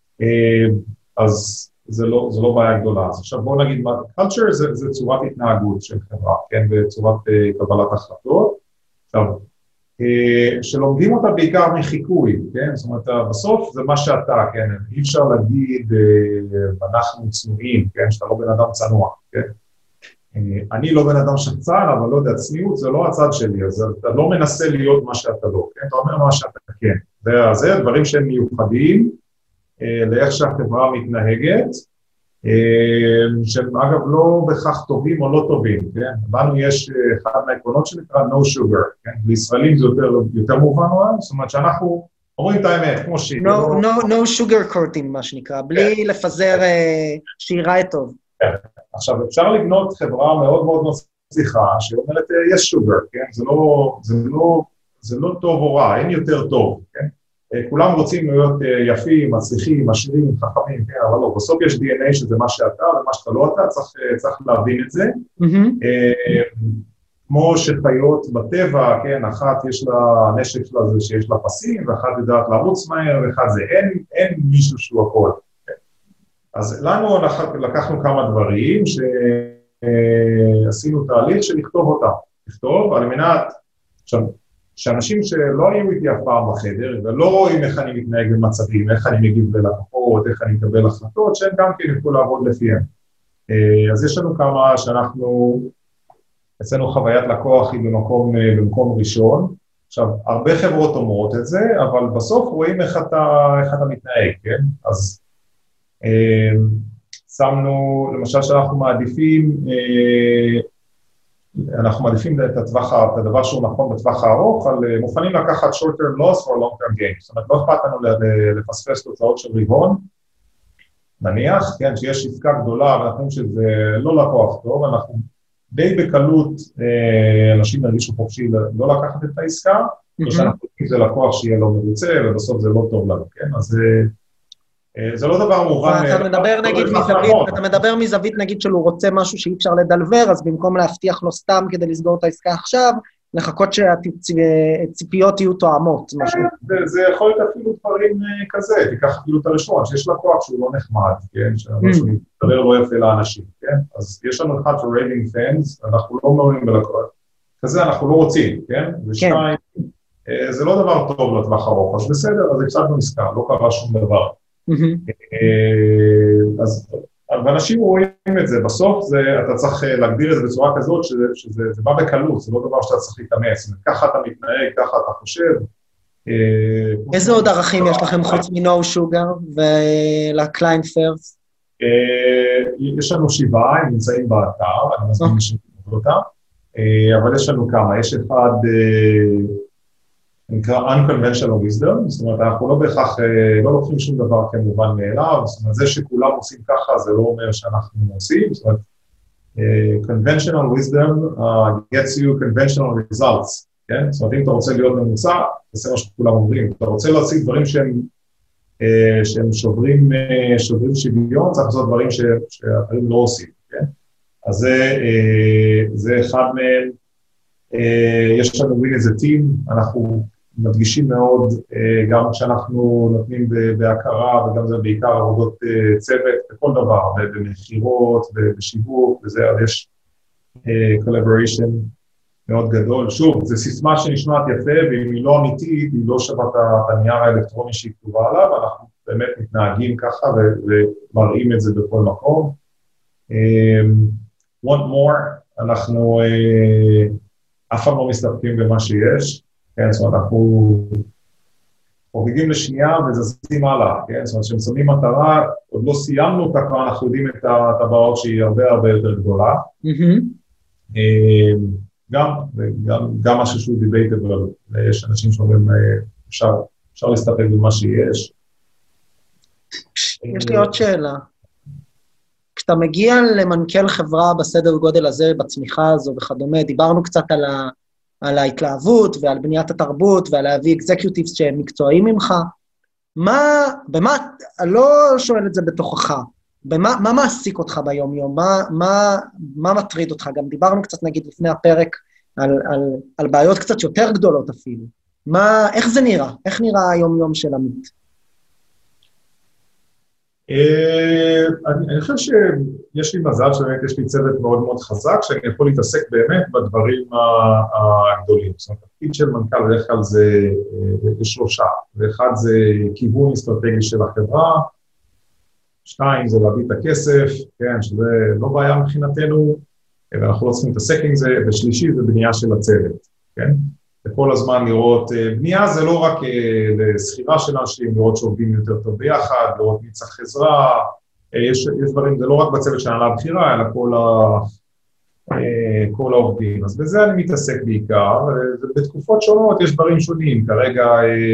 [SPEAKER 3] אז זה לא, זה לא בעיה גדולה. אז עכשיו בואו נגיד, culture זה, זה צורת התנהגות של חברה, כן? וצורת קבלת החלטות. עכשיו, שלומדים אותה בעיקר מחיקוי, כן? זאת אומרת, בסוף זה מה שאתה, כן? אי אפשר להגיד, אנחנו צנועים, כן? שאתה לא בן אדם צנוע, כן? אני לא בן אדם שחצן, אבל לא יודע, צניעות זה לא הצד שלי, אז אתה לא מנסה להיות מה שאתה לא, כן? אתה אומר מה שאתה כן. זה דברים שהם מיוחדים, לאיך שהחברה מתנהגת, שהם אגב לא בכך טובים או לא טובים, כן? לנו יש אחד מהעקרונות שנקרא no sugar, כן? בישראלים זה יותר, יותר מובן, זאת אומרת שאנחנו אומרים את האמת, כמו שהיא.
[SPEAKER 2] No, no, no sugar coating, מה שנקרא, בלי לפזר שיראה טוב.
[SPEAKER 3] כן, עכשיו אפשר לבנות חברה מאוד מאוד מצליחה, שאומרת יש sugar, כן? זה לא, זה לא, זה לא טוב או רע, אין יותר טוב, כן? כולם רוצים להיות יפים, מצליחים, עשירים, חכמים, כן, אבל לא, בסוף יש די אן איי שזה מה שאתה ומה שאתה לא אתה, צריך, צריך להבין את זה. Mm-hmm. כמו שחיות בטבע, כן, אחת יש לה, הנשק שלה זה שיש לה פסים, ואחת יודעת לרוץ מהר, ואחת זה אין, אין מישהו שהוא הכל. כן. אז לנו לקחנו כמה דברים שעשינו תהליך של לכתוב אותם. לכתוב על מנת, עכשיו, שאנשים שלא היו איתי אף פעם בחדר, ולא רואים איך אני מתנהג במצבים, איך אני מגיב ללקוחות, איך אני מקבל החלטות, שהם גם כן יכולו לעבוד לפיהם. אז יש לנו כמה שאנחנו, אצלנו חוויית לקוח היא במקום, במקום ראשון, עכשיו, הרבה חברות אומרות את זה, אבל בסוף רואים איך אתה, איך אתה מתנהג, כן? אז שמנו, למשל שאנחנו מעדיפים, אנחנו מעדיפים את הטווח, את הדבר שהוא נכון בטווח הארוך, אבל מוכנים לקחת short term loss or long term gain. זאת אומרת, לא אכפת לנו לפספס תוצאות של רבעון, נניח, כן, שיש עסקה גדולה, ואנחנו חושבים שזה לא לקוח טוב, אנחנו די בקלות, אנשים הרגישו חופשי לא לקחת את העסקה, ושאנחנו חושבים שזה לקוח שיהיה לא מרוצה, ובסוף זה לא טוב לנו, כן? אז זה לא דבר מובן.
[SPEAKER 2] אתה מדבר נגיד מזווית, אתה מדבר מזווית נגיד שהוא רוצה משהו שאי אפשר לדלבר, אז במקום להבטיח לו סתם כדי לסגור את העסקה עכשיו, לחכות שהציפיות יהיו תואמות.
[SPEAKER 3] זה יכול להיות אפילו דברים כזה, תיקח אפילו את הראשון, שיש לקוח שהוא לא נחמד, כן, שהוא מדבר לא יפה לאנשים, כן, אז יש לנו אחד של רייבינג פנס, אנחנו לא מעוניינים בלקוח, כזה אנחנו לא רוצים, כן, ושתיים, זה לא דבר טוב לטווח ארוך, אז בסדר, אז הפסקנו עסקה, לא קרה שום דבר. אז ואנשים רואים את זה, בסוף זה, אתה צריך להגדיר את זה בצורה כזאת, שזה, שזה, זה בא בקלות, זה לא דבר שאתה צריך להתאמץ, ככה אתה מתנהג, ככה אתה חושב.
[SPEAKER 2] איזה עוד ערכים יש לכם חוץ מ-No Sugar ול-Client First?
[SPEAKER 3] יש לנו שבעה, הם נמצאים באתר, אני מזמין לשמות אותם, אבל יש לנו כמה, יש אחד, נקרא Unconventional Wisdom, זאת אומרת, אנחנו לא בהכרח, לא לוקחים שום דבר כמובן מאליו, זאת אומרת, זה שכולם עושים ככה, זה לא אומר שאנחנו עושים, זאת אומרת, Conventional Wisdom uh, gets you conventional results, כן? זאת אומרת, אם אתה רוצה להיות ממוצע, זה מה שכולם אומרים, אתה רוצה להשיג דברים שהם, שהם שוברים, שוברים שוויון, צריך לעשות דברים שאחרים לא עושים, כן? אז זה, זה אחד מהם, יש לנו win as a team, אנחנו מדגישים מאוד, גם כשאנחנו נותנים בהכרה, וגם זה בעיקר עבודות צוות, בכל דבר, במחירות, בשיווק, וזה, יש collaboration מאוד גדול. שוב, זו סיסמה שנשמעת יפה, ואם היא לא אמיתית, היא לא שווה את הנייר האלקטרוני שהיא כתובה עליו, אנחנו באמת מתנהגים ככה, ומראים את זה בכל מקום. Want more, אנחנו אף פעם לא מסתפקים במה שיש, כן, זאת אומרת, אנחנו חוגגים לשנייה וזזים הלאה, כן, זאת אומרת, כשמצמים מטרה, עוד לא סיימנו אותה, כבר אנחנו יודעים את הטבעות שהיא הרבה הרבה יותר גדולה. גם, וגם, גם משהו שהוא דיבייטבל, יש אנשים שאומרים, אפשר, אפשר להסתפק במה שיש.
[SPEAKER 2] יש לי עוד שאלה. כשאתה מגיע למנכ"ל חברה בסדר גודל הזה, בצמיחה הזו וכדומה, דיברנו קצת על ה... על ההתלהבות ועל בניית התרבות ועל להביא אקזקיוטיבס שהם מקצועיים ממך, מה, במה, אני לא שואל את זה בתוכך, במה, מה מעסיק אותך ביום יום, מה, מה, מה מטריד אותך, גם דיברנו קצת נגיד לפני הפרק על, על, על בעיות קצת יותר גדולות אפילו, מה, איך זה נראה, איך נראה היום יום של עמית?
[SPEAKER 3] אני חושב שיש לי מזל שבאמת יש לי צוות מאוד מאוד חזק, שאני יכול להתעסק באמת בדברים הגדולים. זאת אומרת, התפקיד של מנכ"ל בדרך כלל זה שלושה, ואחד זה כיוון אסטרטגי של החברה, שתיים זה להביא את הכסף, כן, שזה לא בעיה מבחינתנו, ואנחנו לא צריכים להתעסק עם זה, ושלישי זה בנייה של הצוות, כן? וכל הזמן לראות, בנייה זה לא רק לסחירה של אנשים, לראות שעובדים יותר טוב ביחד, לראות מי צריך עזרה, יש, יש דברים, זה לא רק בצוות של הנהלה הבכירה, אלא כל, ה, כל העובדים. אז בזה אני מתעסק בעיקר, ובתקופות שונות יש דברים שונים, כרגע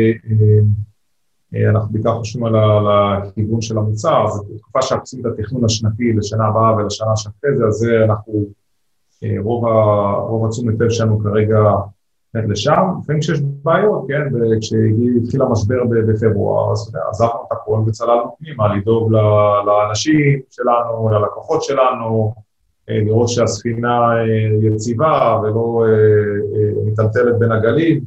[SPEAKER 3] אנחנו בעיקר חושבים על הכיוון של המוצר, זו תקופה שאנחנו עושים את התכנון השנתי לשנה הבאה ולשנה שאחרי זה, אז זה אנחנו, רוב, רוב התשומת לב שלנו כרגע, לשם, לפעמים כשיש בעיות, כן, וכשהתחיל המשבר בפברואר, אז עזרנו את הכל וצללנו פנימה, לדאוג לאנשים שלנו, ללקוחות שלנו, לראות שהספינה יציבה ולא מטלטלת בין הגלים.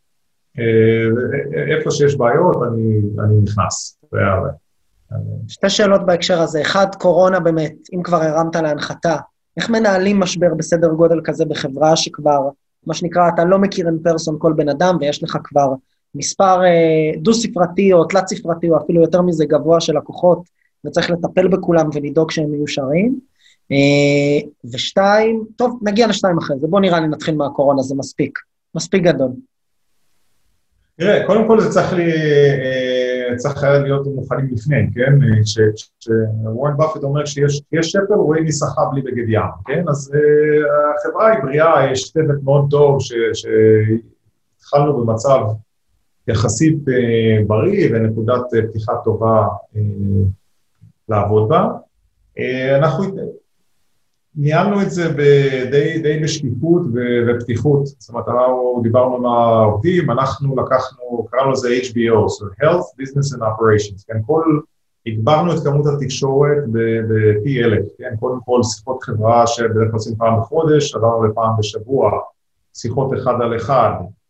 [SPEAKER 3] איפה שיש בעיות, אני, אני נכנס.
[SPEAKER 2] שתי שאלות בהקשר הזה. אחד, קורונה באמת, אם כבר הרמת להנחתה, איך מנהלים משבר בסדר גודל כזה בחברה שכבר מה שנקרא, אתה לא מכיר אין פרסון כל בן אדם, ויש לך כבר מספר אה, דו-ספרתי או תלת-ספרתי, או אפילו יותר מזה גבוה של לקוחות, וצריך לטפל בכולם ולדאוג שהם מיושרים. אה, ושתיים, טוב, נגיע לשתיים אחרי זה, בוא נראה לי נתחיל מהקורונה, זה מספיק, מספיק גדול.
[SPEAKER 3] תראה, קודם כל זה צריך לי, צריך להיות מוכנים לפני, כן? שוורן באפט אומר שיש שפל, רואה ניסחה בלי בגד ים, כן? אז החברה היא בריאה, יש צוות מאוד טוב, שהתחלנו במצב יחסית בריא, ונקודת פתיחה טובה לעבוד בה. אנחנו ניהלנו את זה די, די בשקיפות ופתיחות, זאת אומרת, אנחנו דיברנו עם העובדים, אנחנו לקחנו, קראנו לזה H B O, so Health, Business and Operations, כן, כל, הגברנו את כמות התקשורת בפי אלף, כן? קודם כל שיחות חברה שבדרך כלל עושים פעם בחודש, עברנו לפעם בשבוע, שיחות אחד על אחד,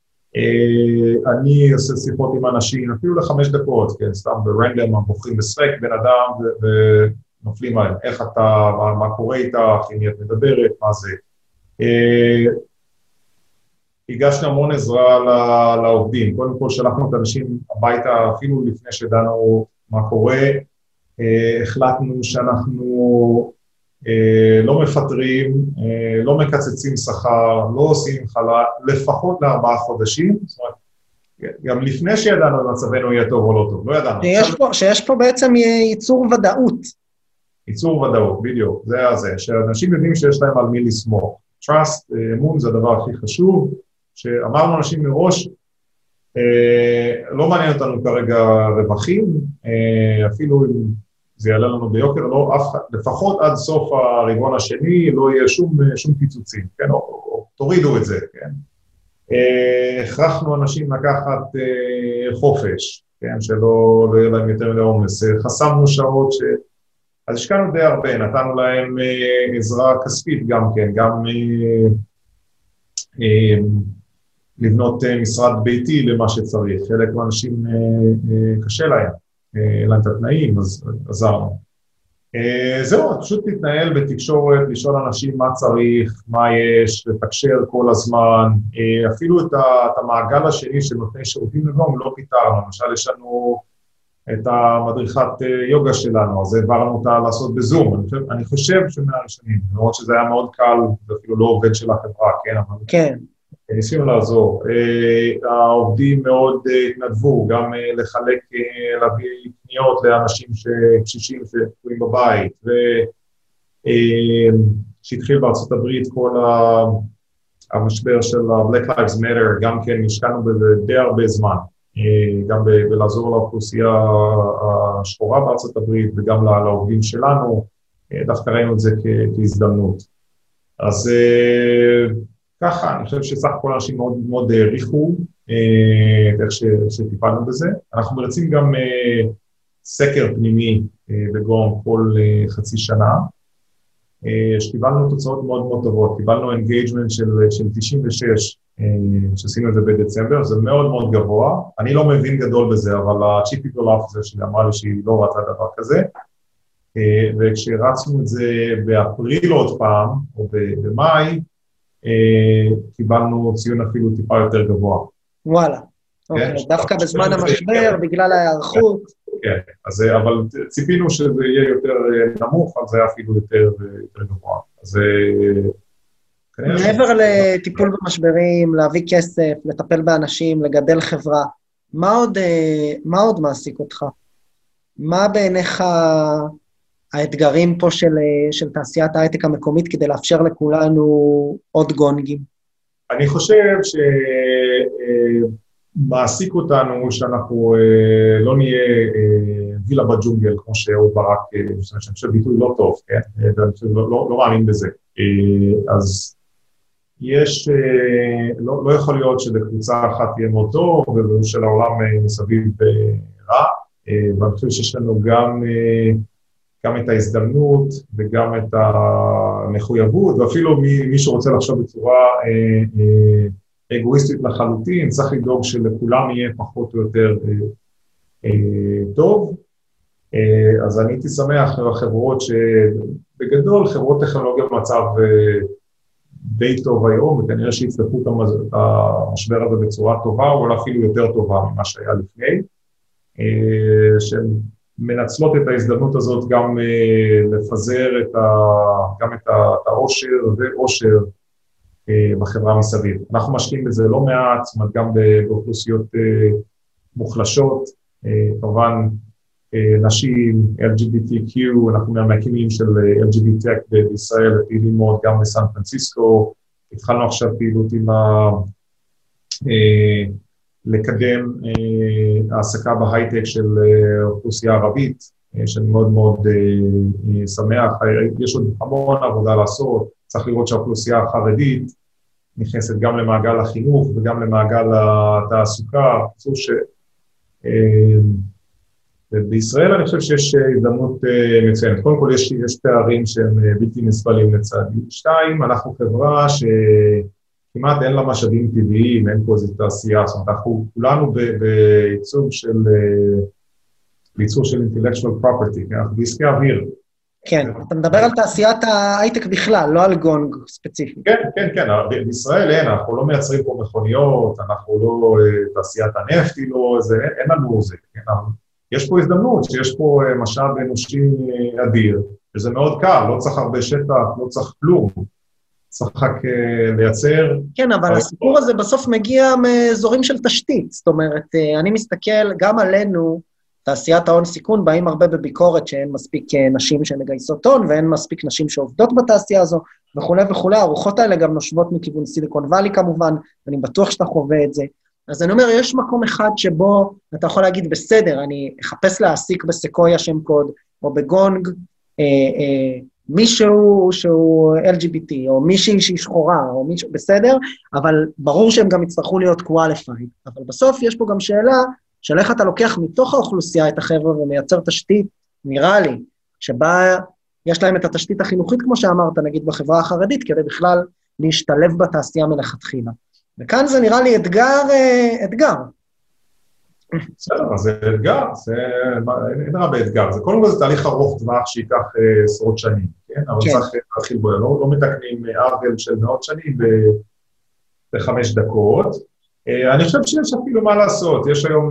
[SPEAKER 3] אני עושה שיחות עם אנשים, אפילו לחמש דקות, כן? סתם ברנדם, בוחרים בספק בין אדם ונופלים עליהם, איך אתה, מה, מה קורה איתך, אם היא את מדברת, מה זה. הגשנו המון עזרה לעובדים, קודם כל שלחנו את האנשים הביתה, אפילו לפני שדענו מה קורה, החלטנו שאנחנו לא מפטרים, לא מקצצים שכר, לא עושים חל"ת, לפחות לארבעה חודשים, זאת אומרת, גם לפני שידענו אם מצבנו יהיה טוב או לא טוב, לא ידענו.
[SPEAKER 2] שיש פה, שיש פה בעצם ייצור ודאות.
[SPEAKER 3] ייצור ודאות, בדיוק, זה זה, שאנשים יודעים שיש להם על מי לסמוך. Trust, אמון, זה הדבר הכי חשוב, שאמרנו אנשים מראש, לא מעניין אותנו כרגע רווחים, אפילו אם זה יעלה לנו ביוקר, לא, אף, לפחות עד סוף הרבעון השני לא יהיה שום, שום פיצוצים, כן? או, או תורידו את זה, כן? הכרחנו אנשים לקחת חופש, כן? שלא לא יהיה להם יותר מדי עומס, חסמנו שעות ש... אז השקענו די הרבה, נתנו להם עזרה כספית גם כן, גם לבנות משרד ביתי למה שצריך, חלק מהאנשים קשה להם, להם את התנאים, אז עזרנו. זהו, פשוט להתנהל בתקשורת, לשאול אנשים מה צריך, מה יש, לתקשר כל הזמן, אפילו את המעגל השני של נותני שירותים לגום לא פיתרנו, למשל יש לנו את המדריכת יוגה שלנו, אז העברנו אותה לעשות בזום, אני חושב, אני חושב שמהראשונים, למרות שזה היה מאוד קל, זה אפילו לא עובד של החברה, כן, אבל...
[SPEAKER 2] כן.
[SPEAKER 3] ניסינו לעזור. העובדים מאוד התנדבו, גם לחלק, להביא קניות לאנשים קשישים שתקועים בבית, ושהתחיל בארצות הברית כל המשבר של ה-Black Lives Matter, גם כן השקענו בזה די הרבה זמן, גם בלעזור לאוכלוסייה השחורה בארצות הברית, וגם לעובדים שלנו, דווקא ראינו את זה כהזדמנות. אז... ככה, אני חושב שסך הכל אנשים מאוד מאוד העריכו איך שטיפלנו בזה. אנחנו מרצים גם סקר פנימי בגום כל חצי שנה, שקיבלנו תוצאות מאוד מאוד טובות, קיבלנו אינגייג'מנט של תשעים ושש, שעשינו את זה בדצמבר, זה מאוד מאוד גבוה, אני לא מבין גדול בזה, אבל ה-Chief People Officer שלי אמרה לי שהיא לא ראתה דבר כזה, וכשרצנו את זה באפריל עוד פעם, או במאי, קיבלנו ציון אפילו טיפה יותר גבוה.
[SPEAKER 2] וואלה, דווקא בזמן המשבר, בגלל ההיערכות.
[SPEAKER 3] כן, אבל ציפינו שזה יהיה יותר נמוך, אז זה היה אפילו יותר גבוה.
[SPEAKER 2] מעבר לטיפול במשברים, להביא כסף, לטפל באנשים, לגדל חברה, מה עוד מעסיק אותך? מה בעיניך... האתגרים פה של, של תעשיית ההייטק המקומית, כדי לאפשר לכולנו עוד גונגים?
[SPEAKER 3] אני חושב שמעסיק אותנו שאנחנו לא נהיה וילה בג'ונגל, כמו שאהוד ברק, שאני חושב ביטוי לא טוב, כן? ואני חושב לא, לא, לא מאמין בזה. אז יש, לא, לא יכול להיות שלקבוצה אחת תהיה מאוד טוב, ושל העולם מסביב רע, ואני חושב שיש לנו גם... גם את ההזדמנות וגם את המחויבות, ואפילו מי, מי שרוצה לחשוב בצורה אה, אה, אגואיסטית לחלוטין, צריך לדאוג שלכולם יהיה פחות או יותר אה, אה, טוב. אה, אז אני הייתי שמח לחברות שבגדול, חברות טכנולוגיה במצב אה, די טוב היום, וכנראה שיצטרכו את המשבר הזה בצורה טובה, או אפילו יותר טובה ממה שהיה לפני, אה, שהם מנצלות את ההזדמנות הזאת גם uh, לפזר את ה, גם את העושר ועושר uh, בחברה מסביב. אנחנו משקיעים בזה לא מעט, זאת אומרת גם באוכלוסיות uh, מוחלשות, uh, כמובן uh, נשים, אל ג'י בי טי קיו, אנחנו מהמקימים של אל ג'י בי טק בישראל, פעילים מאוד גם בסן פרנסיסקו, התחלנו עכשיו פעילות עם ה... Uh, לקדם אה, העסקה בהייטק של אה, אוכלוסייה ערבית, אה, שאני מאוד מאוד אה, אה, שמח, יש עוד המון עבודה לעשות, צריך לראות שהאוכלוסייה החרדית נכנסת גם למעגל החינוך וגם למעגל התעסוקה, חושב ש... אה, ובישראל אני חושב שיש הזדמנות מצוינת. קודם כל יש, יש פערים שהם בלתי נסבלים לצד. שתיים, אנחנו חברה שכמעט אין לה משאבים טבעיים, אין פה איזו תעשייה, זאת אומרת, אנחנו כולנו בייצור של, בייצור של intellectual property, אנחנו בעסקי אוויר.
[SPEAKER 2] כן, אתה מדבר על תעשיית ההייטק בכלל, לא על גונג ספציפי.
[SPEAKER 3] כן, כן, כן, בישראל אין, אנחנו לא מייצרים פה מכוניות, אנחנו לא, תעשיית הנפט היא לא, זה, אין לנו זה, כן, יש פה הזדמנות, שיש פה משאב אנושי אדיר, וזה מאוד קל, לא צריך הרבה שטח, לא צריך כלום, צריך רק לייצר.
[SPEAKER 2] כן, אבל הסיפור הזה בסוף מגיע מאזורים של תשתית, זאת אומרת, אני מסתכל גם עלינו, תעשיית ההון סיכון, באים הרבה בביקורת שאין מספיק נשים שמגייסות הון, ואין מספיק נשים שעובדות בתעשייה הזו, וכו' וכו', הרוחות האלה גם נושבות מכיוון סיליקון ואלי כמובן, אני בטוח שאתה חווה את זה. אז אני אומר, יש מקום אחד שבו אתה יכול להגיד, בסדר, אני אחפש להעסיק בסקויה שם קוד, או בגונג, אה, אה, מישהו שהוא אל ג'י בי טי, או מישהי שהיא שחורה, או מישהו, בסדר, אבל ברור שהם גם יצטרכו להיות qualified. אבל בסוף יש פה גם שאלה, של איך אתה לוקח מתוך האוכלוסייה את החבר'ה ומייצר תשתית, נראה לי, שבה יש להם את התשתית החינוכית, כמו שאמרת, נגיד בחברה החרדית, כדי בכלל להשתלב בתעשייה מלכתחילה. וכאן זה נראה לי אתגר, אתגר.
[SPEAKER 3] בסדר, אז זה אתגר, זה אין הרבה אתגר, זה קודם כל זה תהליך ארוך טווח שייקח עשרות שנים, כן? אבל צריך להתחיל בו, לא, לא מתקנים עוול של מאות שנים בחמש דקות, אני חושב שיש אפילו מה לעשות, יש היום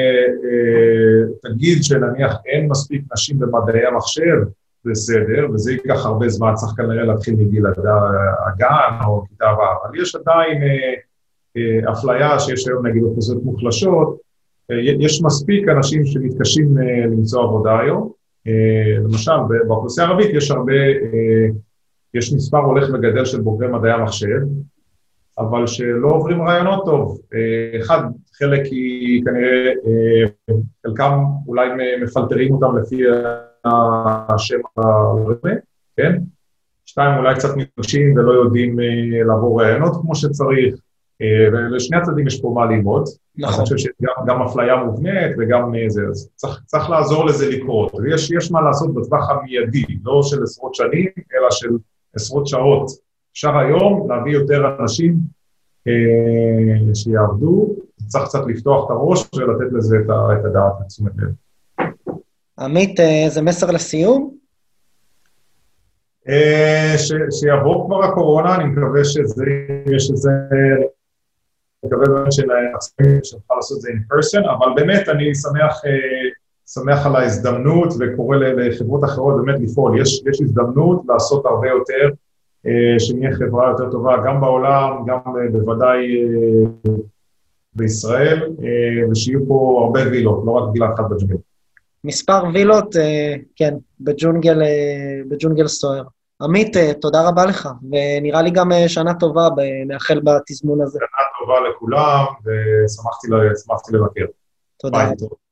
[SPEAKER 3] תגיד שנניח אין מספיק נשים במדעי המחשב, בסדר, וזה ייקח הרבה זמן, צריך כנראה להתחיל מגיל הגן או כיתה ו', אבל יש עדיין אפליה שיש היום נגיד אוכלוסיות מוחלשות, יש מספיק אנשים שמתקשים למצוא עבודה היום, למשל באוכלוסייה הערבית יש הרבה, יש מספר הולך וגדל של בוגרי מדעי המחשב, אבל שלא עוברים רעיונות טוב. אחד, חלק היא כנראה, חלקם אולי מפלטרים אותם לפי השם הרמה, כן? שתיים, אולי קצת מתקשים ולא יודעים לעבור רעיונות כמו שצריך, ולשני הצדדים יש פה מה ללמוד. נכון. אני חושב שגם אפליה מובנית וגם זה, אז צריך, צריך לעזור לזה לקרות. ויש, יש מה לעשות בטווח המיידי, לא של עשרות שנים, אלא של עשרות שעות. אפשר היום להביא יותר אנשים אה, שיעבדו, צריך קצת לפתוח את הראש ולתת לזה את, את הדעת לתשומת לב. עמית,
[SPEAKER 2] זה מסר לסיום?
[SPEAKER 3] אה, ש, שיעבור כבר הקורונה, אני מקווה שזה, שזה, אני מקווה באמת שנוכל לעשות את זה in person, אבל באמת אני שמח, אה, שמח על ההזדמנות וקורא לחברות אחרות באמת לפעול. יש, יש הזדמנות לעשות הרבה יותר, שנהיה חברה יותר טובה, גם בעולם, גם בוודאי בישראל, ושיהיו פה הרבה וילות, לא רק וילה אחת בג'ונגל.
[SPEAKER 2] מספר וילות, כן, בג'ונגל, בג'ונגל סוער. עמית, תודה רבה לך, ונראה לי גם שנה טובה, נאחל בתזמון הזה.
[SPEAKER 3] שנה טובה לכולם, ושמחתי לבקר.
[SPEAKER 2] תודה.